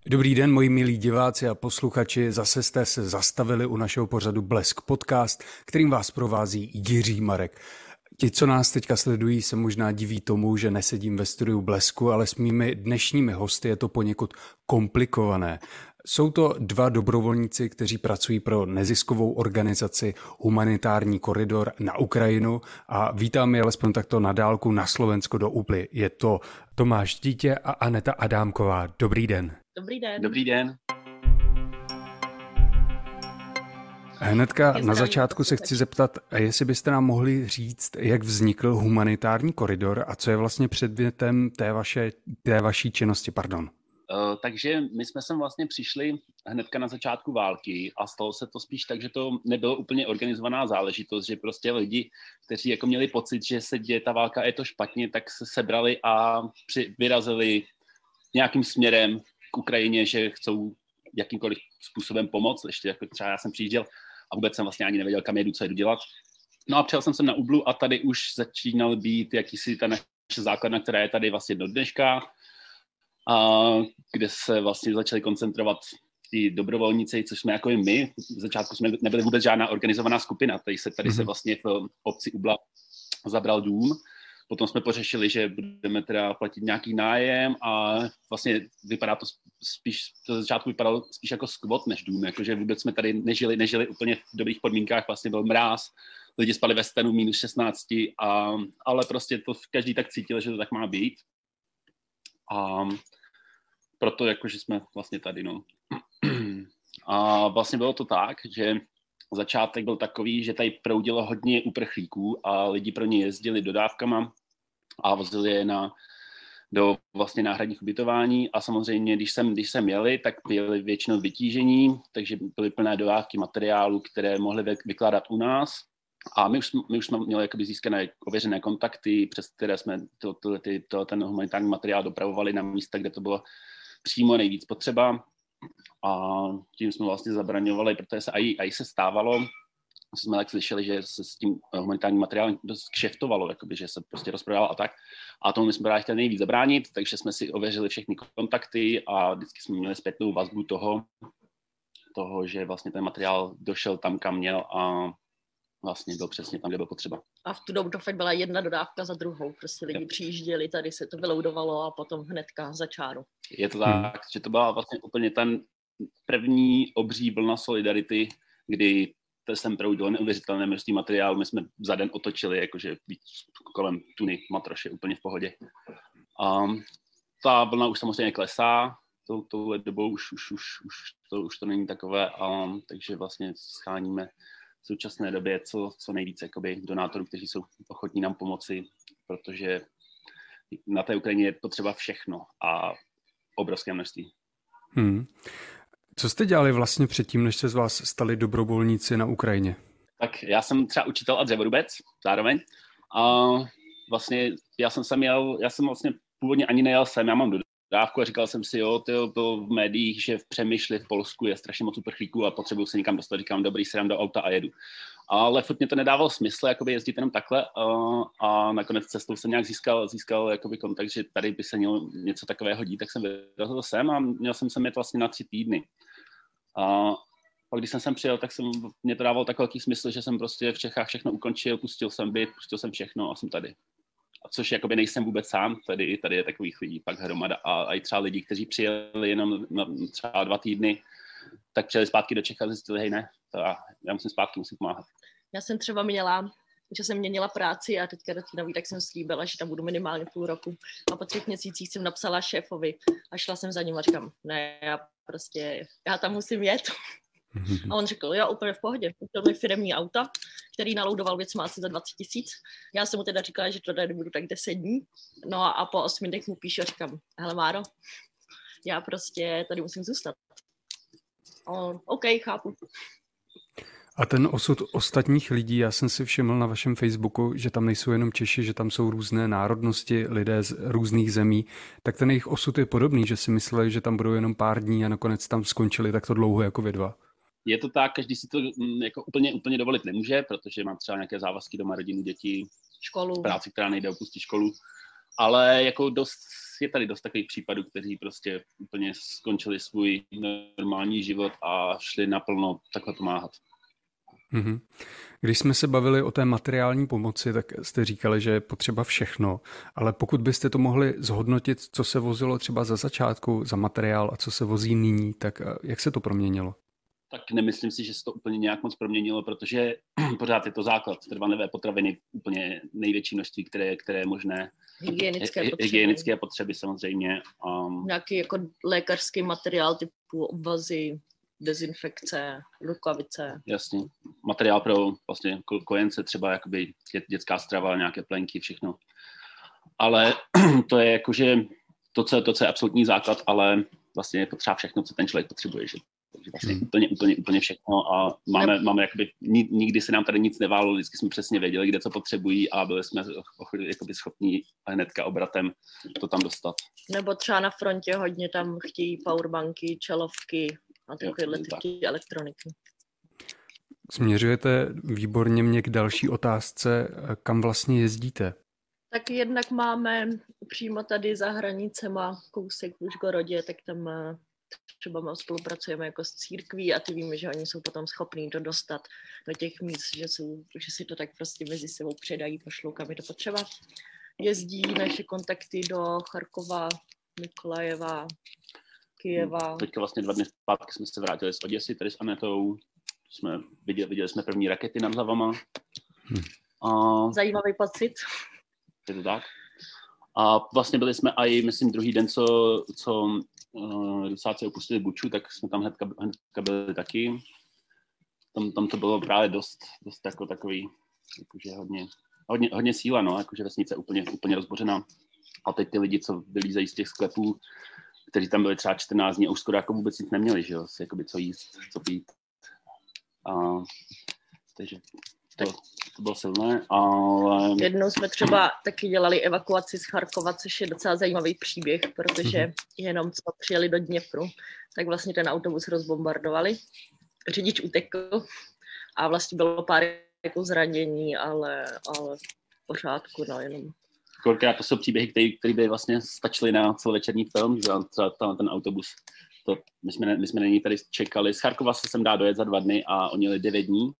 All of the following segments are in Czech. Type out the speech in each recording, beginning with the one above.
Dobrý den, moji milí diváci a posluchači, zase jste se zastavili u našeho pořadu Blesk Podcast, kterým vás provází Jiří Marek. Ti, co nás teďka sledují, se možná diví tomu, že nesedím ve studiu Blesku, ale s mými dnešními hosty je to poněkud komplikované. Jsou to dva dobrovolníci, kteří pracují pro neziskovou organizaci Humanitární koridor na Ukrajinu a vítám je alespoň takto na dálku na Slovensko do Úply. Je to Tomáš Dítě a Aneta Adámková. Dobrý den. Dobrý den. Dobrý den. Hnedka na začátku se chci zeptat, jestli byste nám mohli říct, jak vznikl Humanitární koridor a co je vlastně předmětem té vaší činnosti, pardon. Takže my jsme sem vlastně přišli hnedka na začátku války a stalo se to spíš tak, že to nebylo úplně organizovaná záležitost, že prostě lidi, kteří jako měli pocit, že se děje ta válka, je to špatně, tak se sebrali a vyrazili nějakým směrem k Ukrajině, že chcou jakýmkoliv způsobem pomoct. Ještě jako třeba já jsem přijížděl a vůbec jsem vlastně ani nevěděl, kam jedu, co jedu dělat. No a přijel jsem sem na Úblu a tady už začínal být jakýsi ta naše základna, která je tady vlastně do dneška, a kde se vlastně začali koncentrovat ti dobrovolníci, což jsme jako i my. V začátku jsme nebyli vůbec žádná organizovaná skupina. Tady se vlastně v obci Úbla zabral dům. Potom jsme pořešili, že budeme teda platit nějaký nájem a vlastně vypadá to spíš, to začátku vypadalo spíš jako skvot než dům, jakože vůbec jsme tady nežili úplně v dobrých podmínkách, vlastně byl mráz, lidi spali ve stanu minus 16, ale prostě to každý tak cítil, že to tak má být. A proto jakože jsme vlastně tady, no. A vlastně bylo to tak, že začátek byl takový, že tady proudilo hodně uprchlíků a lidi pro ně jezdili dodávkama a vozili je do vlastně náhradních ubytování a samozřejmě, když sem jeli, tak byli většinou vytížení, takže byly plné dodávky materiálu, které mohli vykládat u nás a my už jsme měli jakoby získané ověřené kontakty, přes které jsme ten humanitární materiál dopravovali na místa, kde to bylo přímo nejvíc potřeba. A tím jsme vlastně zabraňovali, protože se i se stávalo, jsme tak slyšeli, že se s tím humanitárním materiálem dost kšeftovalo, jakoby, že se prostě rozprodával a tak. A tomu jsme právě chtěli nejvíc zabránit, takže jsme si ověřili všechny kontakty a vždycky jsme měli zpětnou vazbu toho, že vlastně ten materiál došel tam, kam měl a vlastně byl přesně tam, kde byl potřeba. A v tu dobu to fakt byla jedna dodávka za druhou. Prostě lidi přijížděli, tady se to vyloudovalo a potom hnedka za čáru. Je to tak, že to byla vlastně úplně ten první obří vlna solidarity, kdy jsem proudil neuvěřitelné množství materiálu. My jsme za den otočili, jakože kolem tuny matroše úplně v pohodě. A ta vlna už samozřejmě klesá, touhle dobou už to není takové, takže vlastně scháníme v současné době co nejvíce jakoby donátorů, kteří jsou ochotní nám pomoci, protože na té Ukrajině je potřeba všechno a obrovské množství. Co jste dělali vlastně předtím, než se z vás stali dobrovolníci na Ukrajině? Tak já jsem třeba učitel a dřevorubec zároveň a vlastně já jsem vlastně původně ani nejel sem, já mám dodávku a říkal jsem si, bylo v médiích, že v Přemyšli v Polsku je strašně moc uprchlíků a potřebuju se někam dostat, říkám, dobrý, si dám do auta a jedu. Ale furt mě to nedávalo smysl, jakoby jezdit jenom takhle a nakonec cestou jsem nějak získal jakoby kontakt, že tady by se mělo něco takového dít, tak jsem vyrazil sem a měl jsem sem jet vlastně na 3 týdny. A pak když jsem sem přijel, tak mě to dávalo tak velký smysl, že jsem prostě v Čechách všechno ukončil, pustil jsem byt, pustil jsem všechno a jsem tady. A což jakoby nejsem vůbec sám, tady je takových lidí pak hromada a i třeba lidi, kteří přijeli jenom na třeba 2 týdny, tak přijeli zpátky do Čech a zjistili, hej ne, já musím zpátky, musím pomáhat. Já jsem třeba měla, že jsem měnila práci a teďka do té nový, tak jsem slíbila, že tam budu minimálně půl roku. A po 3 měsících jsem napsala šéfovi a šla jsem za ním a říkám, ne, já tam musím jet. A on řekl, jo, úplně v pohodě. Kutil mi firemní auta, který naloudoval věcma asi za 20 000. Já jsem mu teda říkala, že to tady budu tak 10 dní. No a po 8 dnech mu píšu a říkám, hele Máro, já prostě tady musím zůstat. On, OK, chápu. A ten osud ostatních lidí, já jsem si všiml na vašem Facebooku, že tam nejsou jenom Češi, že tam jsou různé národnosti, lidé z různých zemí, tak ten jejich osud je podobný, že si mysleli, že tam budou jenom pár dní a nakonec tam skončili takto dlouho jako vy dva. Je to tak, každý si to jako úplně dovolit nemůže, protože má třeba nějaké závazky doma, rodinu, děti, školu, práci, která nejde opustit školu, ale jako dost je tady dost takových případů, kteří prostě úplně skončili svůj normální život a šli naplno takhle pomáhat. Mm-hmm. Když jsme se bavili o té materiální pomoci, tak jste říkali, že je potřeba všechno, ale pokud byste to mohli zhodnotit, co se vozilo třeba za začátku, za materiál a co se vozí nyní, tak jak se to proměnilo? Tak nemyslím si, že se to úplně nějak moc proměnilo, protože pořád je to základ. Trvanlivé potraviny, úplně největší množství, které je možné. Hygienické potřeby samozřejmě. Nějaký jako lékařský materiál typu obvazy, dezinfekce, rukavice. Jasně. Materiál pro vlastně kojence, třeba jakoby dětská strava, nějaké plenky, všechno. Ale to je jakože to, co je absolutní základ, ale vlastně je potřeba všechno, co ten člověk potřebuje, že? Takže vlastně úplně všechno a máme jakoby, nikdy se nám tady nic neválo, vždycky jsme přesně věděli, kde co potřebují a byli jsme jakoby schopní hnedka obratem to tam dostat. Nebo třeba na frontě hodně tam chtějí powerbanky, čelovky a takovéhle typy elektroniky. Směřujete výborně mě k další otázce, kam vlastně jezdíte? Tak jednak máme přímo tady za hranicema kousek v Užgorodě, tak tam třeba spolupracujeme jako s církví a ty víme, že oni jsou potom schopní to dostat do těch míst, že si to tak prostě mezi sebou předají, pošlou, kam je to potřeba. Jezdí naše kontakty do Charkova, Mykolajeva, Kyjeva. Teďka vlastně 2 dny zpátky jsme se vrátili z Oděsy, tady s Anetou. Viděli jsme první rakety nad hlavama. Zajímavý pocit. Je to tak. A vlastně byli jsme i, myslím, druhý den, co Rusáci opustili Buču, tak jsme tam hnedka byli taky. Tam to bylo právě dost jako takový, jakože hodně síla, no, jakože vesnice úplně rozbořená. A teď ty lidi, co vylízají z těch sklepů, kteří tam byli třeba 14 dní a už skoro jako vůbec nic neměli, že jo, jakoby co jíst, co pít. Takže to bylo silné, ale... Jednou jsme třeba taky dělali evakuaci z Charkova, což je docela zajímavý příběh, protože jenom co přijeli do Dněpru, tak vlastně ten autobus rozbombardovali. Řidič utekl a vlastně bylo pár jako zranění, ale v pořádku, no, jenom. Kolikrát to jsou příběhy, které by vlastně stačily na celovečerní film, třeba ten autobus. My jsme na něj tady čekali. Z Charkova se sem dá dojet za 2 dny a oni jeli 9 dní.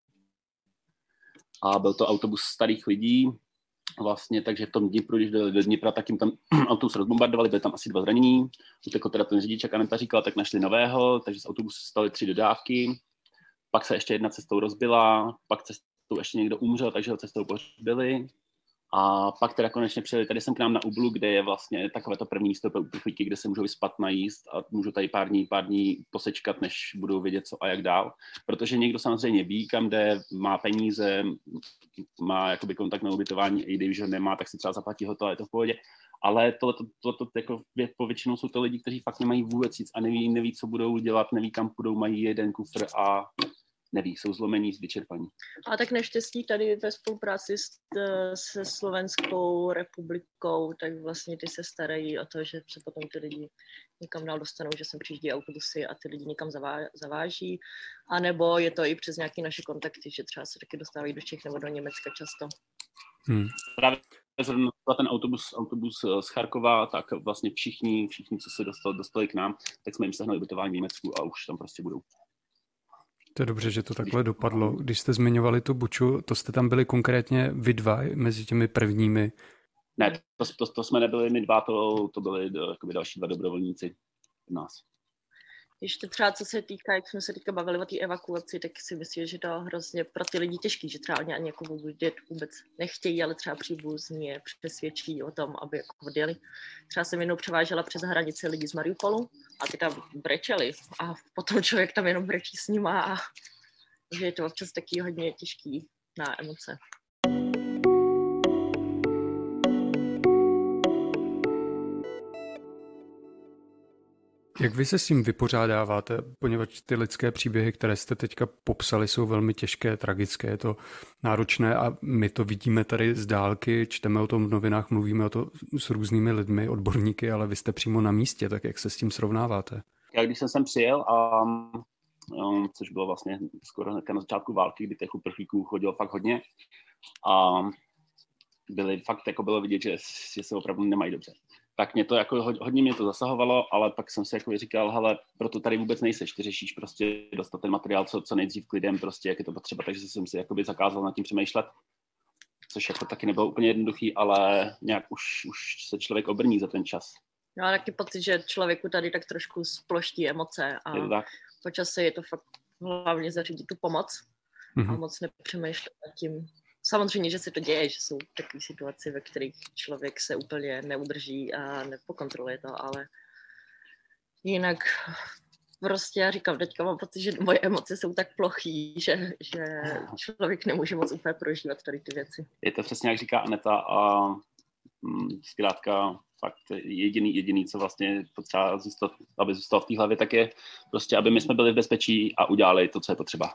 A byl to autobus starých lidí, vlastně, takže v tom Dnipru, když dojeli do Dnipra, tak jim tam autobus rozbombardovali, byly tam asi 2 zranění. Utekl teda ten řidič, jak Aneta říkala, tak našli nového, takže z autobusu staly 3 dodávky. Pak se ještě jedna cestou rozbila, pak cestou ještě někdo umřel, takže ho cestou pohřbili. A pak teda konečně přijeli tady jsem k nám na Ublu, kde je vlastně takové to první místo pro uprchlíky, kde se můžou vyspat, najíst a můžou tady pár dní posečkat, než budou vědět, co a jak dál. Protože někdo samozřejmě ví, kam jde, má peníze, má jakoby kontakt na ubytování, i když ho nemá, tak si třeba zaplatí hotel, je to v pohodě. Ale tohle jako povětšinou jsou to lidi, kteří fakt nemají vůbec nic a neví, co budou dělat, neví, kam půjdou, mají jeden kufr a neví, jsou zlomení, vyčerpaní. A tak naštěstí tady ve spolupráci se Slovenskou republikou, tak vlastně ty se starají o to, že se potom ty lidi někam dál dostanou, že sem přijíždí autobusy a ty lidi někam zaváží. A nebo je to i přes nějaké naše kontakty, že třeba se taky dostávají do Čech nebo do Německa často. Právě zrovna ten autobus z Charkova, tak vlastně všichni, co se dostali k nám, tak jsme jim sehnali ubytování v Německu a už tam prostě budou. To je dobře, že to takhle dopadlo. Když jste zmiňovali tu Buču, to jste tam byli konkrétně vy dva mezi těmi prvními? Ne, to jsme nebyli my dva, to byli další 2 dobrovolníci v nás. Ještě třeba co se týká, jak jsme se teďka bavili o té evakuaci, tak si myslím, že to je hrozně pro ty lidi těžký, že třeba oni ani jako vůbec nechtějí, ale třeba příbuzní je přesvědčí o tom, aby jako odjeli. Třeba jsem jednou převážela přes hranici lidi z Mariupolu a ty tam brečeli a potom člověk tam jenom brečí s nima a že je to občas taky hodně těžký na emoce. Jak vy se s tím vypořádáváte, poněvadž ty lidské příběhy, které jste teďka popsali, jsou velmi těžké, tragické, je to náročné a my to vidíme tady z dálky, čteme o tom v novinách, mluvíme o to s různými lidmi, odborníky, ale vy jste přímo na místě, tak jak se s tím srovnáváte? Já když jsem sem přijel, což bylo vlastně skoro na začátku války, kdy těch uprchlíků chodilo fakt hodně a bylo vidět, že se opravdu nemají dobře. tak mě to jako hodně mě to zasahovalo, ale pak jsem si jako říkal, hele, proto tady vůbec nejseš, ty řešíš prostě dostat ten materiál co nejdřív k lidem, prostě jak je to potřeba, takže jsem si jakoby zakázal nad tím přemýšlet, což jako taky nebylo úplně jednoduchý, ale nějak už se člověk obrní za ten čas. Já mám taky pocit, že člověku tady tak trošku sploští emoce a po čase je to fakt hlavně zařídit tu pomoc a moc nepřemýšlet nad tím. Samozřejmě, že se to děje, že jsou takové situace, ve kterých člověk se úplně neudrží a nepokontroluje to, ale jinak prostě já říkám, teďka mám pocit, že moje emoce jsou tak plochý, že člověk nemůže moc úplně prožívat tady ty věci. Je to přesně, jak říká Aneta, a zkrátka fakt jediný, co vlastně potřeba zůstat, aby zůstal v té hlavě, tak je prostě, aby my jsme byli v bezpečí a udělali to, co je potřeba.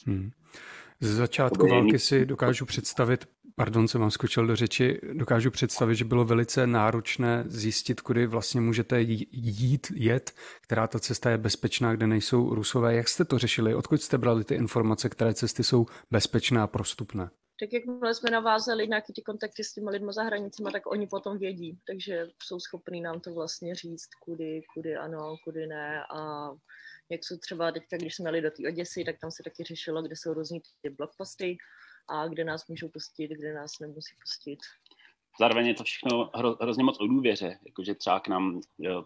Ze začátku války si dokážu představit, jsem vám skočil do řeči, dokážu představit, že bylo velice náročné zjistit, kudy vlastně můžete jet, která ta cesta je bezpečná, kde nejsou Rusové. Jak jste to řešili? Odkud jste brali ty informace, které cesty jsou bezpečné a prostupné? Tak jakmile jsme navázali nějaký ty kontakty s těma lidma za hranicema, tak oni potom vědí, takže jsou schopní nám to vlastně říct, kudy ano, kudy ne a jak jsou třeba teďka, když jsme jeli do té Oděsy, tak tam se taky řešilo, kde jsou různý ty blokposty a kde nás můžou pustit, kde nás nemusí pustit. Zároveň je to všechno hrozně moc o důvěře, jakože třeba k nám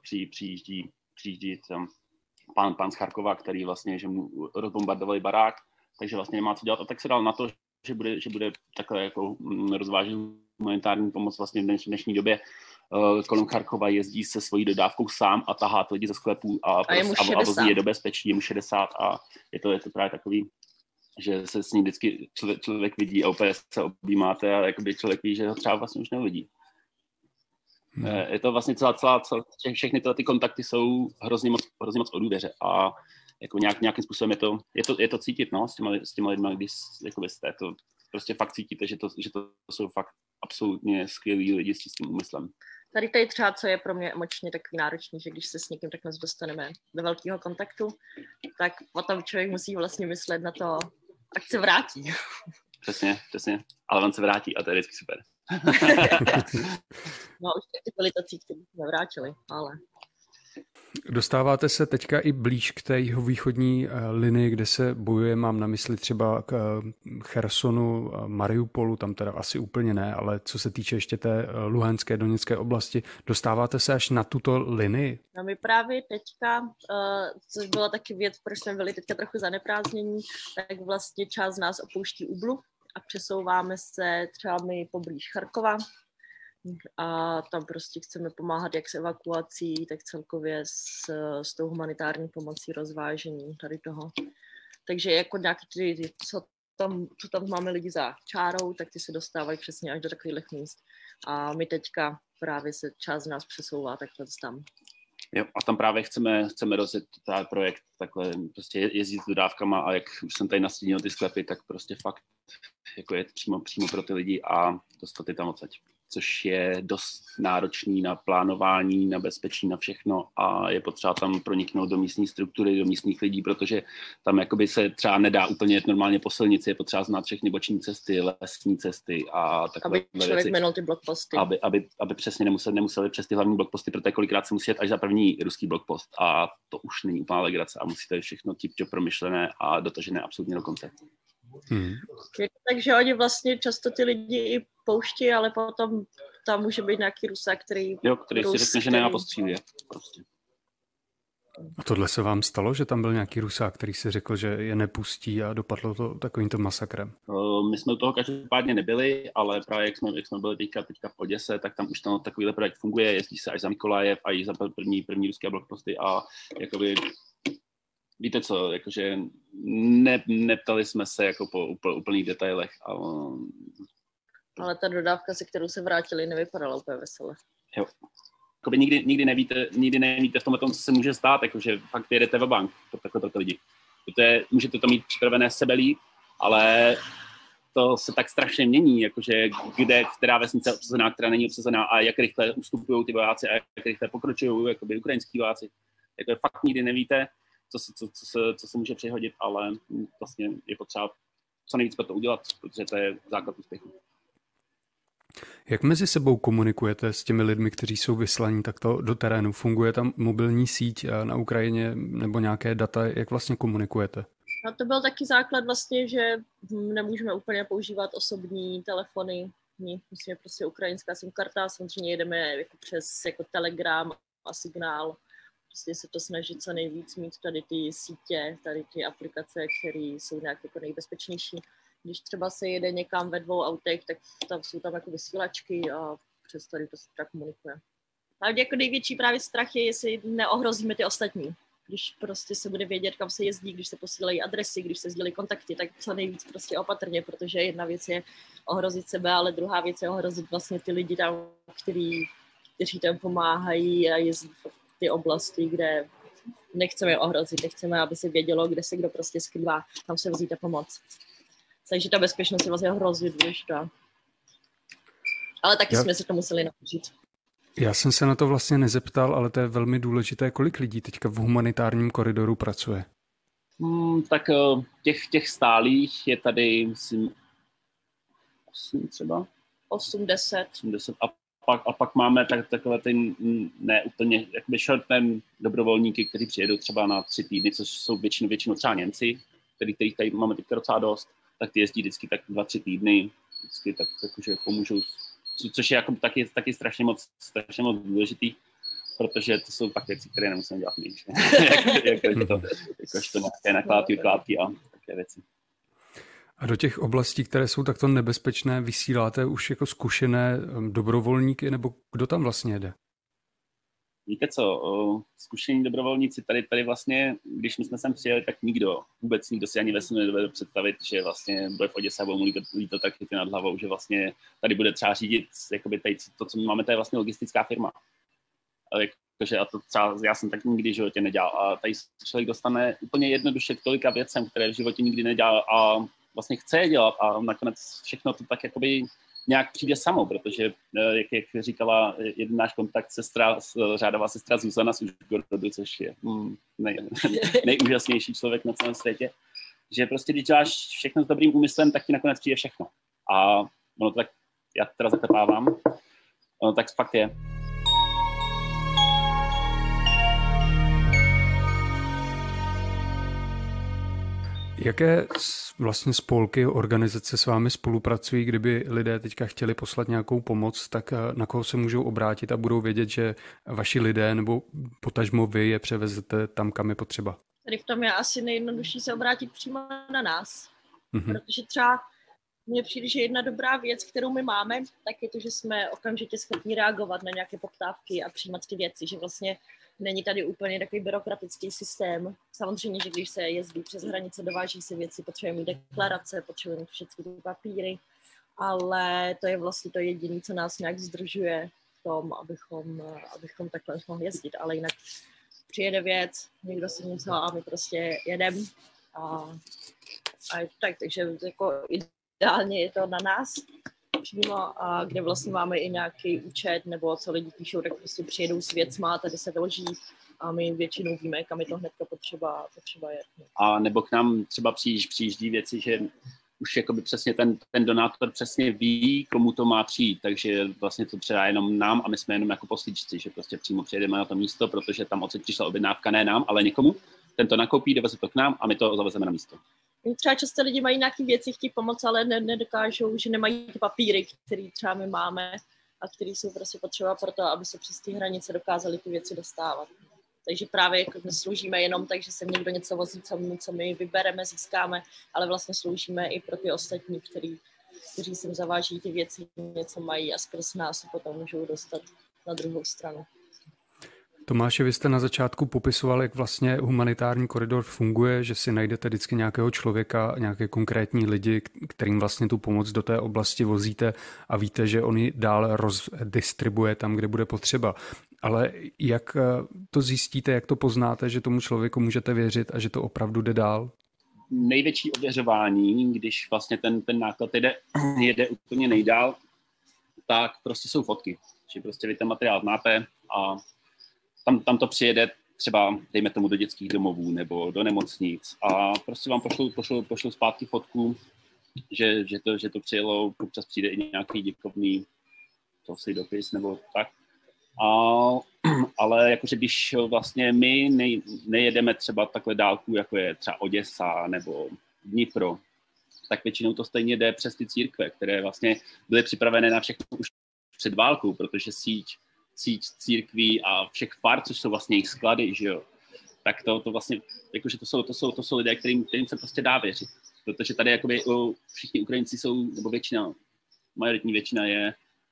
přijíždí tam pán z Charkova, který vlastně, že mu rozbombardovali barák, takže vlastně nemá co dělat a tak se dal na to, že bude takhle jako rozvážet humanitární pomoc vlastně v dnešní době. Kolem Charkova jezdí se svojí dodávkou sám a tahá lidi ze sklepů a vozí je do bezpečí, je mu 60 a je to právě takový, že se s ním vždycky člověk vidí a opět se objímáte a jakoby člověk ví, že ho třeba vlastně už neuvidí. Je to vlastně všechny ty kontakty jsou hrozně moc o důvěře a jako nějakým způsobem je to cítit, no, s těma lidmi, když jakoby jste to prostě fakt cítíte, že to jsou fakt absolutně skvělí lidi s tím úmyslem. Tady je třeba, co je pro mě emočně takový náročný, že když se s někým takhle dostaneme do velkého kontaktu, tak potom člověk musí vlastně myslet na to, ať se vrátí. Přesně, ale on se vrátí a to je vždycky super. No už byli tací, kteří se nevrátili, ale... Dostáváte se teďka i blíž k té jihovýchodní linii, kde se bojuje, mám na mysli třeba k Chersonu, Mariupolu, tam teda asi úplně ne, ale co se týče ještě té Luhanské, Doněcké oblasti, dostáváte se až na tuto linii? No my právě teďka, což byla taky věc, proč jsme byli teďka trochu zaneprázdnění, tak vlastně část z nás opouští Ublu a přesouváme se třeba my poblíž Charkova, a tam prostě chceme pomáhat jak s evakuací, tak celkově s tou humanitární pomocí, rozvážení tady toho. Takže jako nějaký ty, co tam máme lidi za čárou, tak ty se dostávají přesně až do takových míst. A my teďka právě se část z nás přesouvá takhle tam. Jo, a tam právě chceme rozjet ten projekt, takhle prostě jezdit s dodávkama a jak už jsem tady nastínil ty sklepy, tak prostě fakt jako je přímo pro ty lidi a dostat je tam odsaď. Což je dost náročný na plánování, na bezpečí, na všechno a je potřeba tam proniknout do místní struktury, do místních lidí, protože tam jakoby se třeba nedá úplně jet normálně po silnici, je potřeba znát všechny boční cesty, lesní cesty a takové věci. Aby člověk minul ty blokposty. Aby přesně nemuseli přes ty hlavní blokposty, protože kolikrát se musí jet až za první ruský blokpost a to už není úplná legrace a musíte všechno tip-top promyšlené a dotažené absolutně do konce. Je to tak, že oni vlastně často ty lidi i pouští, ale potom tam může být nějaký Rusák, který si řekne, že nemá postřílí. Prostě. A tohle se vám stalo, že tam byl nějaký Rusák, který si řekl, že je nepustí a dopadlo to takovýmto masakrem? My jsme u toho každopádně nebyli, ale právě jak jsme byli teďka v Oděse, tak tam už tam takovýhle projekt funguje, jezdí se až za Mikolajev a i za první ruské blokposty a jakoby víte co, jakože neptali jsme se jako po úplných detailech, ale ta dodávka, se kterou se vrátili, nevypadala úplně veselé. Jo. Jakoby nikdy nevíte v tomhle tom, co se může stát, jakože fakt jedete v bank takhle pro ty lidi. Můžete to mít připravené sebelí, ale to se tak strašně mění, jakože která vesnice je obsazená, která není obsazená a jak rychle ustupují ty vojáci a jak rychle pokročují jakoby ukrajinský vojáci. Jako fakt nikdy nevíte, co se může přihodit, ale vlastně je potřeba co nejvíc pro to udělat, protože to je základ úspěchu. Jak mezi sebou komunikujete s těmi lidmi, kteří jsou vyslaní takto do terénu? Funguje tam mobilní síť na Ukrajině nebo nějaké data? Jak vlastně komunikujete? No to byl taky základ vlastně, že nemůžeme úplně používat osobní telefony. Musíme prostě ukrajinská SIM karta, samozřejmě jedeme jako přes jako Telegram a Signál. Prostě se to snažit co nejvíc mít tady ty sítě, tady ty aplikace, které jsou nějak jako nejbezpečnější. Když třeba se jede někam ve 2 autech, tak tam jsou tam jako vysílačky a přes tady to se tak komunikuje. Ale jako největší právě strach je, jestli neohrozíme ty ostatní. Když prostě se bude vědět, kam se jezdí, když se posílají adresy, když se sdělí kontakty, tak co nejvíc prostě opatrně, protože jedna věc je ohrozit sebe, ale druhá věc je ohrozit vlastně ty lidi tam, kteří tam pomáhají a jezdí v ty oblasti, kde nechceme ohrozit, nechceme, aby se vědělo, kde se kdo prostě skrývá, tam se vzít a pomoc. Takže ta bezpečnost je vlastně hrozně důležitá. Ale taky jsme si to museli naučit. Já jsem se na to vlastně nezeptal, ale to je velmi důležité. Kolik lidí teďka v humanitárním koridoru pracuje? Tak těch stálých je tady, myslím, 8 třeba? 80. A pak máme takové ty ne úplně jakoby short-term dobrovolníky, kteří přijedou třeba na 3 týdny, což jsou většinou třeba Němci, kterých tady máme teďka docela dost, tak ty jezdí vždycky tak 2-3 týdny, vždycky takže pomůžou, což je jako taky strašně moc důležitý, protože to jsou pak věci, které nemusíme dělat my, jakož to nějaké nakládky a také věci. A do těch oblastí, které jsou takto nebezpečné, vysíláte už jako zkušené dobrovolníky, nebo kdo tam vlastně jede? Víte co, zkušení dobrovolníci tady vlastně, když my jsme sem přijeli, tak vůbec nikdo si ani ve snu nedovede představit, že vlastně bude v Oděse a budou mu lítat tak nad hlavou, že vlastně tady bude třeba řídit, jakoby tady, to, co my máme, to je vlastně logistická firma. A to třeba já jsem tak nikdy v životě nedělal. A tady člověk dostane úplně jednoduše k tolika věcem, které v životě nikdy nedělal a vlastně chce je dělat a nakonec všechno to tak jakoby nějak přijde samo, protože jak říkala jeden náš kontakt, řádová sestra Zuzana z Užgorodu, což je nejúžasnější člověk na celém světě, že prostě když děláš všechno s dobrým úmyslem, tak ti nakonec přijde všechno. A ono to tak, já teda zaklepávám, ono tak fakt je. Jaké vlastně spolky, organizace s vámi spolupracují, kdyby lidé teďka chtěli poslat nějakou pomoc, tak na koho se můžou obrátit a budou vědět, že vaši lidé nebo potažmo vy je převezete tam, kam je potřeba? Tady v tom je asi nejjednodušší se obrátit přímo na nás, protože třeba mně přijde, že jedna dobrá věc, kterou my máme, tak je to, že jsme okamžitě schopni reagovat na nějaké poptávky a přijímat ty věci, že vlastně není tady úplně takový byrokratický systém. Samozřejmě, že když se jezdí přes hranice, dováží se věci, potřebujeme mít deklarace, potřebujeme mít všechny ty papíry, ale to je vlastně to jediné, co nás nějak zdržuje v tom, abychom takhle mohli jezdit. Ale jinak přijede věc, někdo si něco a my prostě jedeme. A je to tak, takže jako ideálně je to na nás přímo, a kde vlastně máme i nějaký účet, nebo co lidi píšou, tak prostě přijedou s věcma, tady se vyloží a my většinou víme, kam je to hnedka potřeba jet. A nebo k nám třeba přijíždí věci, že už jakoby přesně ten donátor přesně ví, komu to má přijít, takže vlastně to předá jenom nám a my jsme jenom jako postičci, že prostě přímo přijedeme na to místo, protože tam odsud přišla objednávka ne nám, ale někomu, ten to nakoupí, doveze to k nám a my to zavezeme na místo. Třeba často lidi mají nějaké věci, chtějí pomoct, ale nedokážou, že nemají ty papíry, které třeba my máme a které jsou prostě potřeba pro to, aby se přes ty hranice dokázaly ty věci dostávat. Takže právě jako nesloužíme jenom tak, že se někdo něco vozí, co my vybereme, získáme, ale vlastně sloužíme i pro ty ostatní, kteří sem zaváží ty věci, něco mají a skrz nás se potom můžou dostat na druhou stranu. Tomáši, vy jste na začátku popisoval, jak vlastně humanitární koridor funguje, že si najdete vždycky nějakého člověka, nějaké konkrétní lidi, kterým vlastně tu pomoc do té oblasti vozíte a víte, že on ji dál rozdistribuje tam, kde bude potřeba. Ale jak to zjistíte, jak to poznáte, že tomu člověku můžete věřit a že to opravdu jde dál? Největší ověřování, když vlastně ten náklad jede úplně nejdál, tak prostě jsou fotky. Že prostě vy ten materiál znáte a tam to přijede třeba, dejme tomu, do dětských domovů nebo do nemocnic a prostě vám pošlou zpátky fotku, že to přijelo, občas přijde i nějaký děkovný to si dopis nebo tak. Ale jakože když vlastně my nejedeme třeba takhle dálku, jako je třeba Oděsa nebo Dnipro, tak většinou to stejně jde přes ty církve, které vlastně byly připravené na všechno už před válkou, protože síť církví a všech far, což jsou vlastně jejich sklady, že jo, tak to vlastně, jakože to jsou lidé, kterým se prostě dá věřit. Protože tady jakoby všichni Ukrajinci jsou, nebo majoritní většina je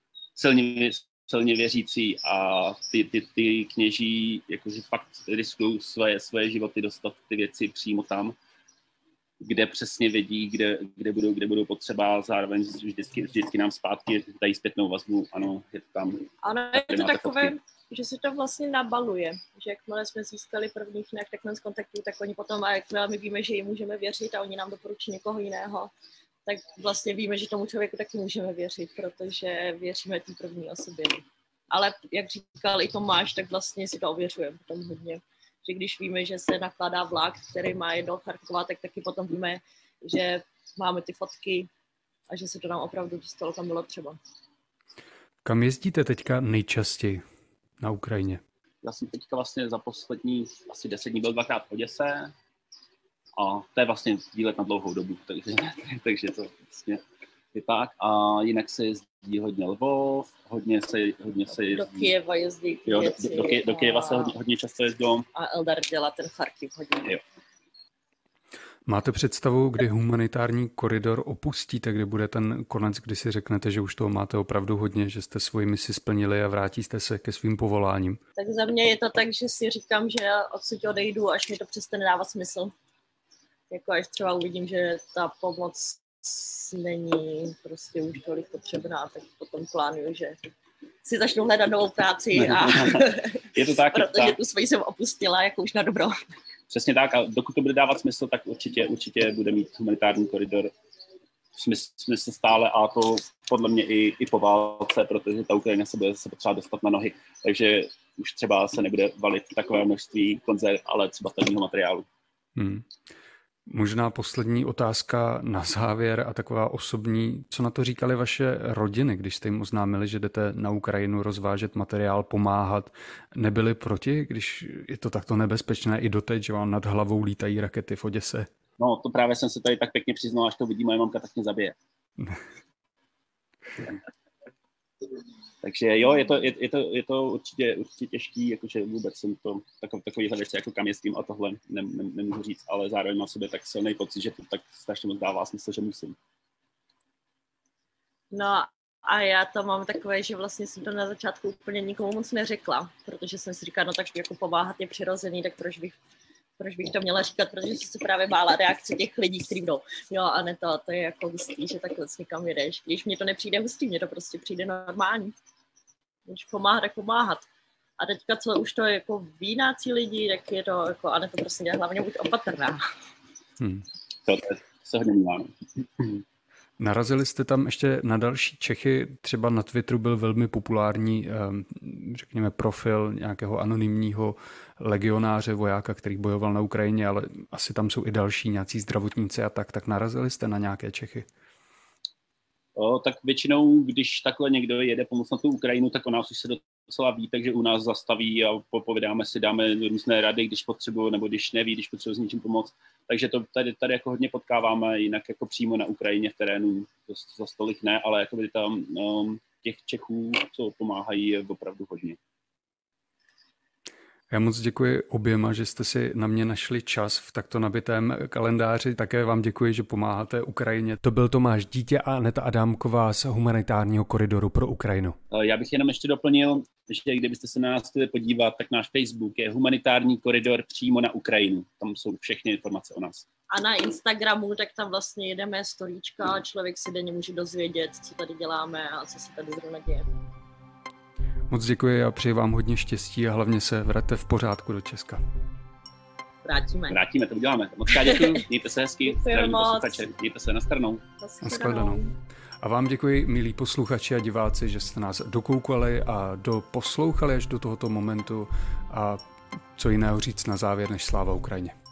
silně věřící a ty kněží jakože fakt riskují své životy dostat ty věci přímo tam, kde přesně vědí, kde budou potřeba, zároveň vždycky nám zpátky dají zpětnou vazbu, ano, je to tam. Ano, je to takové, že se to vlastně nabaluje, že jakmile jsme získali prvních nějak takhle z kontaktů, tak oni potom, a jakmile my víme, že jim můžeme věřit a oni nám doporučí někoho jiného, tak vlastně víme, že tomu člověku taky můžeme věřit, protože věříme té první osobě. Ale jak říkal i Tomáš, tak vlastně si to ověřujeme potom hodně. Že když víme, že se nakládá vlak, který má jet do Charkova, tak taky potom víme, že máme ty fotky a že se to nám opravdu dostalo, tam bylo třeba. Kam jezdíte teďka nejčastěji na Ukrajině? Já jsem teďka vlastně za poslední asi 10 dní byl 2krát v Oděse a to je vlastně výlet na dlouhou dobu, takže to vlastně je tak. A jinak se jezdí hodně Lvov, hodně se jezdí. Do Kyjeva jezdí Jo, do Kyjeva se hodně často jezdím. A Eldar dělá ten Charkiv hodně. Jo. Máte představu, kdy humanitární koridor opustíte, kdy bude ten konec, kdy si řeknete, že už toho máte opravdu hodně, že jste svoji misi splnili a vrátíte se ke svým povoláním? Tak za mě je to tak, že si říkám, že odsud odejdu, až mi to přestane dávat smysl. Jako až třeba uvidím, že ta pomoc není prostě už tolik potřebná, tak potom plánuju, že si začnu hledat novou práci a je to tak, protože tu svoji jsem opustila, jako už na dobro. Přesně tak a dokud to bude dávat smysl, tak určitě bude mít humanitární koridor smysl stále a to podle mě i po válce, protože ta Ukrajina se bude potřeba dostat na nohy, takže už třeba se nebude valit takové množství konzerv, ale třeba stavebního materiálu. Možná poslední otázka na závěr a taková osobní. Co na to říkali vaše rodiny, když jste jim oznámili, že jdete na Ukrajinu rozvážet materiál, pomáhat? Nebyli proti, když je to takto nebezpečné i doteď, že vám nad hlavou lítají rakety v Oděse? No, to právě jsem se tady tak pěkně přiznal, až to vidí moje mamka, tak mě zabije. Takže jo, je to určitě těžký, jakože vůbec jsem to takovýhle věci, jako kam jezdím a tohle nemůžu říct, ale zároveň mám v sobě tak silný pocit, že to tak strašně moc dává smysl, že musím. No a já to mám takové, že vlastně jsem to na začátku úplně nikomu moc neřekla, protože jsem si říkala, no tak jako pomáhat je přirozený, tak proč bych to měla říkat, protože jsem se právě bála reakce těch lidí, kteří budou, jo a ne to je jako hustý, že takhle někam jedeš. Když mně to nepřijde hustý, mně to prostě přijde normální. Když pomáhat, tak pomáhat. A teďka, co už to je jako vínácí lidi, tak je to jako, a ne to prostě dělat, hlavně buď opatrná. To se hodně mívá. Narazili jste tam ještě na další Čechy, třeba na Twitteru byl velmi populární, řekněme, profil nějakého anonymního legionáře, vojáka, který bojoval na Ukrajině, ale asi tam jsou i další nějací zdravotníci a tak narazili jste na nějaké Čechy? Tak většinou, když takhle někdo jede pomoct na tu Ukrajinu, tak o nás už se docela ví, takže u nás zastaví a povědáme si, dáme různé rady, když potřebuji, nebo když neví, když potřebuji s něčím pomoct. Takže to tady jako hodně potkáváme, jinak jako přímo na Ukrajině v terénu za stolik ne, ale jako by tam těch Čechů, co pomáhají, je opravdu hodně. Já moc děkuji oběma, že jste si na mě našli čas v takto nabitém kalendáři. Také vám děkuji, že pomáháte Ukrajině. To byl Tomáš Dítě a Aneta Adámková z humanitárního koridoru pro Ukrajinu. Já bych jenom ještě doplnil, že kdybyste se na nás chtěli podívat, tak náš Facebook je humanitární koridor přímo na Ukrajinu. Tam jsou všechny informace o nás. A na Instagramu, tak tam vlastně jedeme storíčka a člověk si denně může dozvědět, co tady děláme a co se tady zrovna děje. Moc děkuji a přeji vám hodně štěstí a hlavně se vraťte v pořádku do Česka. Vrátíme, to uděláme. Moc děkuji, mějte se hezky. Děkujeme moc. Mějte se, nashledanou. Nashledanou. A vám děkuji, milí posluchači a diváci, že jste nás dokoukali a doposlouchali až do tohoto momentu a co jiného říct na závěr než sláva Ukrajině.